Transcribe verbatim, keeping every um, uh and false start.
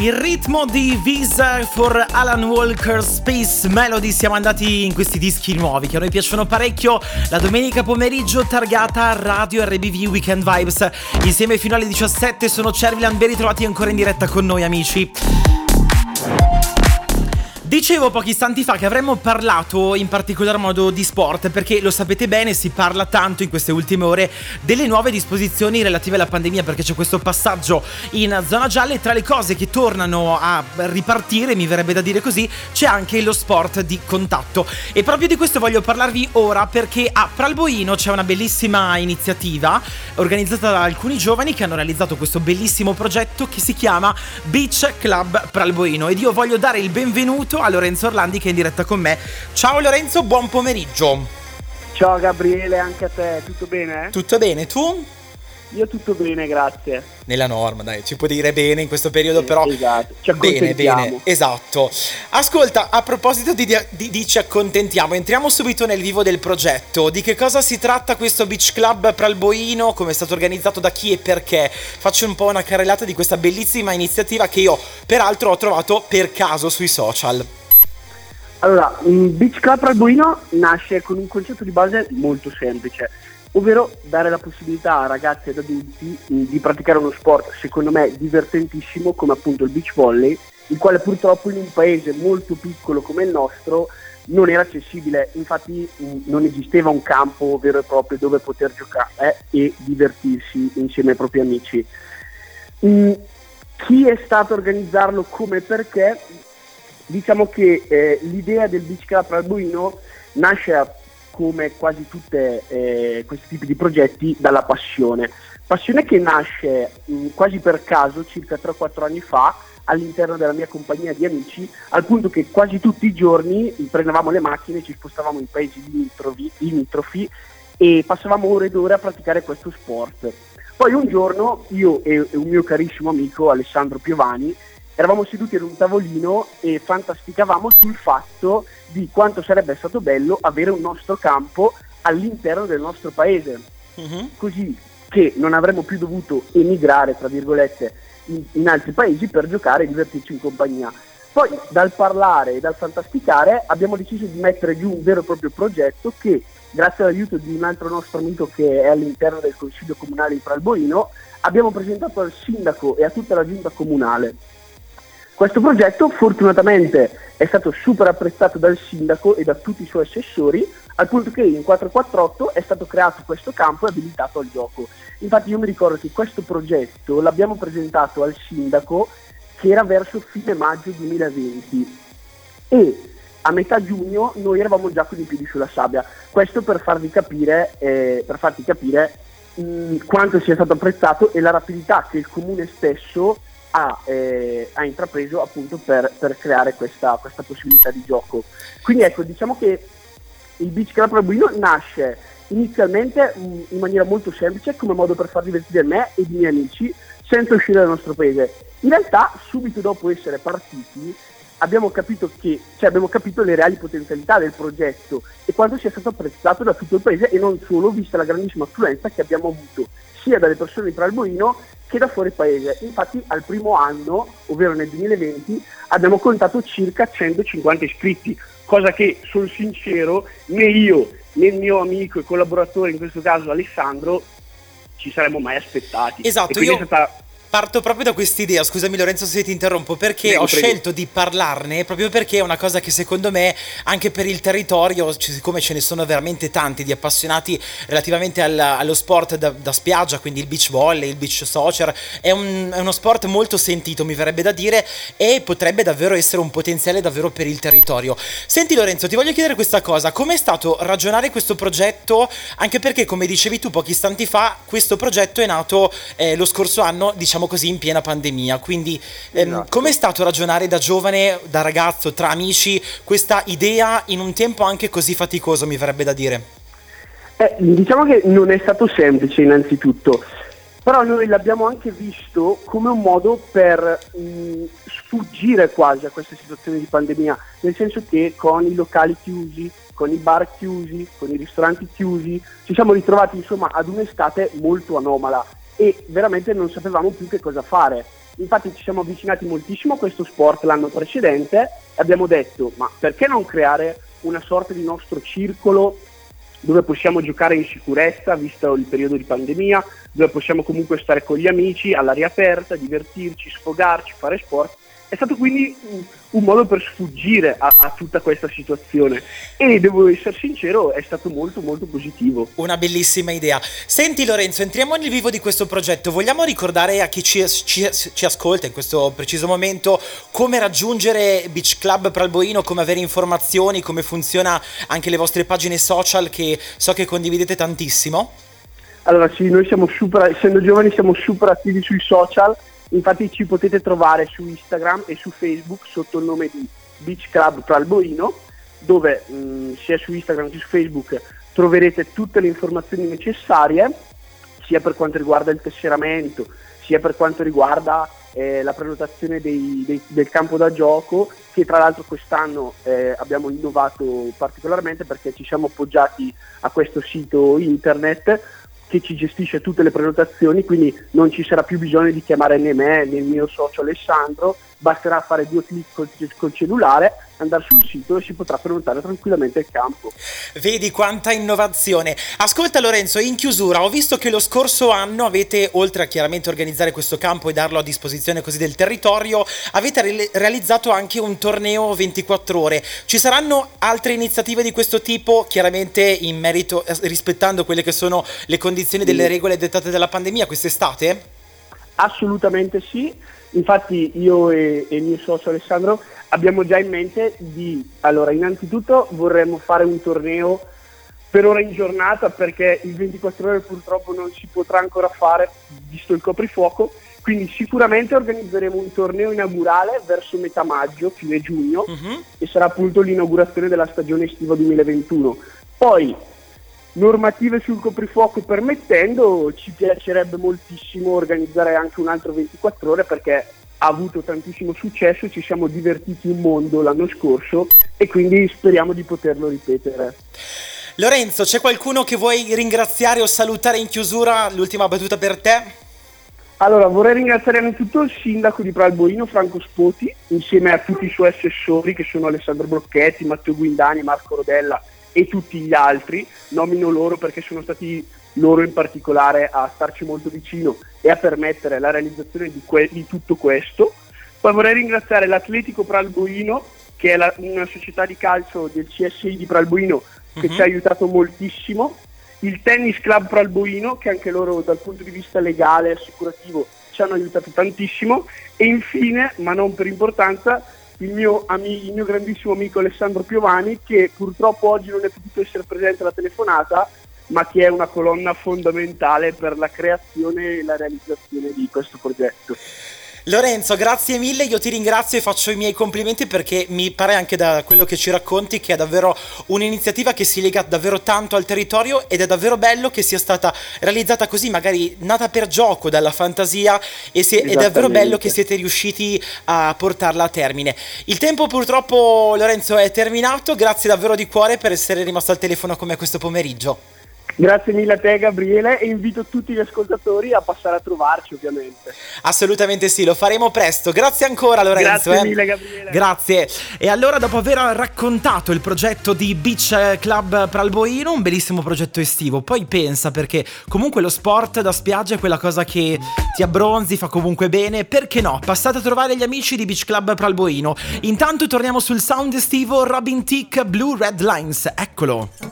Il ritmo di Visa for Alan Walker Space Melody. Siamo andati in questi dischi nuovi che a noi piacciono parecchio. La domenica pomeriggio targata Radio R B V Weekend Vibes. Insieme fino alle diciassette sono Cerviland, ben ritrovati ancora in diretta con noi amici. Dicevo pochi istanti fa che avremmo parlato in particolar modo di sport, perché lo sapete bene, si parla tanto in queste ultime ore delle nuove disposizioni relative alla pandemia, perché c'è questo passaggio in zona gialla e tra le cose che tornano a ripartire, mi verrebbe da dire così, c'è anche lo sport di contatto. E proprio di questo voglio parlarvi ora, perché a Pralboino c'è una bellissima iniziativa organizzata da alcuni giovani che hanno realizzato questo bellissimo progetto che si chiama Beach Club Pralboino, ed io voglio dare il benvenuto a Lorenzo Orlandi che è in diretta con me. Ciao Lorenzo, buon pomeriggio. Ciao Gabriele, anche a te, tutto bene? Tutto bene, tu? Io tutto bene, grazie. Nella norma, dai, ci può dire bene in questo periodo, eh, però esatto, ci bene, accontentiamo. bene, esatto. Ascolta, a proposito di, di, di ci accontentiamo, entriamo subito nel vivo del progetto. Di che cosa si tratta questo Beach Club Pralboino, come è stato organizzato, da chi e perché? Faccio un po' una carrellata di questa bellissima iniziativa che io peraltro ho trovato per caso sui social. Allora, Beach Club Pralboino nasce con un concetto di base molto semplice, ovvero dare la possibilità a ragazzi ed adulti di praticare uno sport, secondo me, divertentissimo, come appunto il beach volley, il quale purtroppo in un paese molto piccolo come il nostro non era accessibile. Infatti non esisteva un campo vero e proprio dove poter giocare e divertirsi insieme ai propri amici. Chi è stato a organizzarlo, come e perché? Diciamo che eh, l'idea del Beach Club Pralboino nasce, come quasi tutti eh, questi tipi di progetti, dalla passione. Passione che nasce mh, quasi per caso circa tre o quattro anni fa all'interno della mia compagnia di amici, al punto che quasi tutti i giorni prendevamo le macchine, ci spostavamo in paesi limitrofi, limitrofi e passavamo ore ed ore a praticare questo sport. Poi un giorno io e, e un mio carissimo amico Alessandro Piovani eravamo seduti ad un tavolino e fantasticavamo sul fatto di quanto sarebbe stato bello avere un nostro campo all'interno del nostro paese, uh-huh. così che non avremmo più dovuto emigrare, tra virgolette, in, in altri paesi per giocare e divertirci in compagnia. Poi dal parlare e dal fantasticare abbiamo deciso di mettere giù un vero e proprio progetto che, grazie all'aiuto di un altro nostro amico che è all'interno del Consiglio Comunale di Pralboino, abbiamo presentato al sindaco e a tutta la giunta comunale. Questo progetto fortunatamente è stato super apprezzato dal sindaco e da tutti i suoi assessori, al punto che in quattrocentoquarantotto è stato creato questo campo e abilitato al gioco. Infatti io mi ricordo che questo progetto l'abbiamo presentato al sindaco che era verso fine maggio duemilaventi e a metà giugno noi eravamo già con i piedi sulla sabbia. Questo per farvi capire, eh, per farti capire mh, quanto sia stato apprezzato e la rapidità che il comune stesso Ha, eh, ha intrapreso appunto per, per creare questa, questa possibilità di gioco. Quindi ecco, diciamo che il Beach Club Pralboino nasce inizialmente mh, in maniera molto semplice, come modo per far divertire me e i miei amici senza uscire dal nostro paese. In realtà subito dopo essere partiti abbiamo capito che cioè abbiamo capito le reali potenzialità del progetto e quanto sia stato apprezzato da tutto il paese, e non solo, vista la grandissima affluenza che abbiamo avuto sia dalle persone di Pralboino che da fuori paese. Infatti al primo anno, ovvero nel duemilaventi, abbiamo contato circa centocinquanta iscritti, cosa che, sono sincero, né io né il mio amico e collaboratore, in questo caso Alessandro, ci saremmo mai aspettati. Esatto, io... è stata... Parto proprio da quest'idea, scusami Lorenzo se ti interrompo, perché prego, ho prego. scelto di parlarne proprio perché è una cosa che secondo me anche per il territorio, siccome ce ne sono veramente tanti di appassionati relativamente al, allo sport da, da spiaggia, quindi il beach volley, il beach soccer, è, un, è uno sport molto sentito, mi verrebbe da dire, e potrebbe davvero essere un potenziale davvero per il territorio. Senti Lorenzo, ti voglio chiedere questa cosa, com'è stato ragionare questo progetto, anche perché come dicevi tu pochi istanti fa, questo progetto è nato eh, lo scorso anno, diciamo così, in piena pandemia, quindi ehm, esatto. Com'è stato ragionare da giovane, da ragazzo, tra amici, questa idea in un tempo anche così faticoso, mi verrebbe da dire? Eh, diciamo che non è stato semplice innanzitutto, però noi l'abbiamo anche visto come un modo per mh, sfuggire quasi a questa situazione di pandemia, nel senso che con i locali chiusi, con i bar chiusi, con i ristoranti chiusi, ci siamo ritrovati insomma ad un'estate molto anomala e veramente non sapevamo più che cosa fare. Infatti ci siamo avvicinati moltissimo a questo sport l'anno precedente e abbiamo detto, ma perché non creare una sorta di nostro circolo dove possiamo giocare in sicurezza, visto il periodo di pandemia, dove possiamo comunque stare con gli amici all'aria aperta, divertirci, sfogarci, fare sport. È stato quindi un, un modo per sfuggire a, a tutta questa situazione e devo essere sincero, è stato molto molto positivo. Una bellissima idea. Senti Lorenzo, entriamo nel vivo di questo progetto. Vogliamo ricordare a chi ci, ci, ci ascolta in questo preciso momento come raggiungere Beach Club Pralboino, come avere informazioni, come funziona anche le vostre pagine social che so che condividete tantissimo? Allora sì, noi siamo super, essendo giovani siamo super attivi sui social. Infatti ci potete trovare su Instagram e su Facebook sotto il nome di Beach Club Pralboino, dove mh, sia su Instagram che su Facebook troverete tutte le informazioni necessarie, sia per quanto riguarda il tesseramento, sia per quanto riguarda eh, la prenotazione dei, dei, del campo da gioco, che tra l'altro quest'anno eh, abbiamo innovato particolarmente perché ci siamo appoggiati a questo sito internet che ci gestisce tutte le prenotazioni, quindi non ci sarà più bisogno di chiamare né me né il mio socio Alessandro, basterà fare due clic col, col cellulare, andare sul sito e si potrà prenotare tranquillamente il campo. Vedi quanta innovazione. Ascolta Lorenzo, in chiusura ho visto che lo scorso anno avete, oltre a chiaramente organizzare questo campo e darlo a disposizione così del territorio, avete re- realizzato anche un torneo ventiquattro ore. Ci saranno altre iniziative di questo tipo, chiaramente in merito, eh, rispettando quelle che sono le condizioni delle regole dettate dalla pandemia quest'estate? Assolutamente sì, infatti io e, e il mio socio Alessandro abbiamo già in mente di, allora innanzitutto vorremmo fare un torneo per ora in giornata perché il ventiquattro ore purtroppo non si potrà ancora fare visto il coprifuoco, quindi sicuramente organizzeremo un torneo inaugurale verso metà maggio, fine giugno, uh-huh. e sarà appunto l'inaugurazione della stagione estiva duemilaventuno. Poi normative sul coprifuoco permettendo, ci piacerebbe moltissimo organizzare anche un altro ventiquattro ore perché ha avuto tantissimo successo, ci siamo divertiti un mondo l'anno scorso e quindi speriamo di poterlo ripetere. Lorenzo, c'è qualcuno che vuoi ringraziare o salutare in chiusura? L'ultima battuta per te? Allora, vorrei ringraziare innanzitutto il sindaco di Pralboino, Franco Spoti, insieme a tutti i suoi assessori che sono Alessandro Brocchetti, Matteo Guindani, Marco Rodella e tutti gli altri. Nomino loro perché sono stati loro in particolare a starci molto vicino e a permettere la realizzazione di, que- di tutto questo. Poi vorrei ringraziare l'Atletico Pralboino, che è la, una società di calcio del C S I di Pralboino che uh-huh. ci ha aiutato moltissimo, il Tennis Club Pralboino, che anche loro dal punto di vista legale e assicurativo ci hanno aiutato tantissimo, e infine, ma non per importanza, il mio, ami- il mio grandissimo amico Alessandro Piovani, che purtroppo oggi non è potuto essere presente alla telefonata, ma che è una colonna fondamentale per la creazione e la realizzazione di questo progetto. Lorenzo, grazie mille, io ti ringrazio e faccio i miei complimenti perché mi pare anche da quello che ci racconti che è davvero un'iniziativa che si lega davvero tanto al territorio ed è davvero bello che sia stata realizzata così, magari nata per gioco dalla fantasia e se, è davvero bello che siete riusciti a portarla a termine. Il tempo purtroppo Lorenzo è terminato, grazie davvero di cuore per essere rimasto al telefono con me questo pomeriggio. Grazie mille a te Gabriele e invito tutti gli ascoltatori a passare a trovarci ovviamente. Assolutamente sì, lo faremo presto. Grazie ancora Lorenzo. Grazie eh. mille Gabriele. Grazie. E allora dopo aver raccontato il progetto di Beach Club Pralboino, un bellissimo progetto estivo, poi pensa perché comunque lo sport da spiaggia è quella cosa che ti abbronzi, fa comunque bene, perché no? Passate a trovare gli amici di Beach Club Pralboino. Intanto torniamo sul sound estivo Robin Thicke Blue Red Lines, eccolo.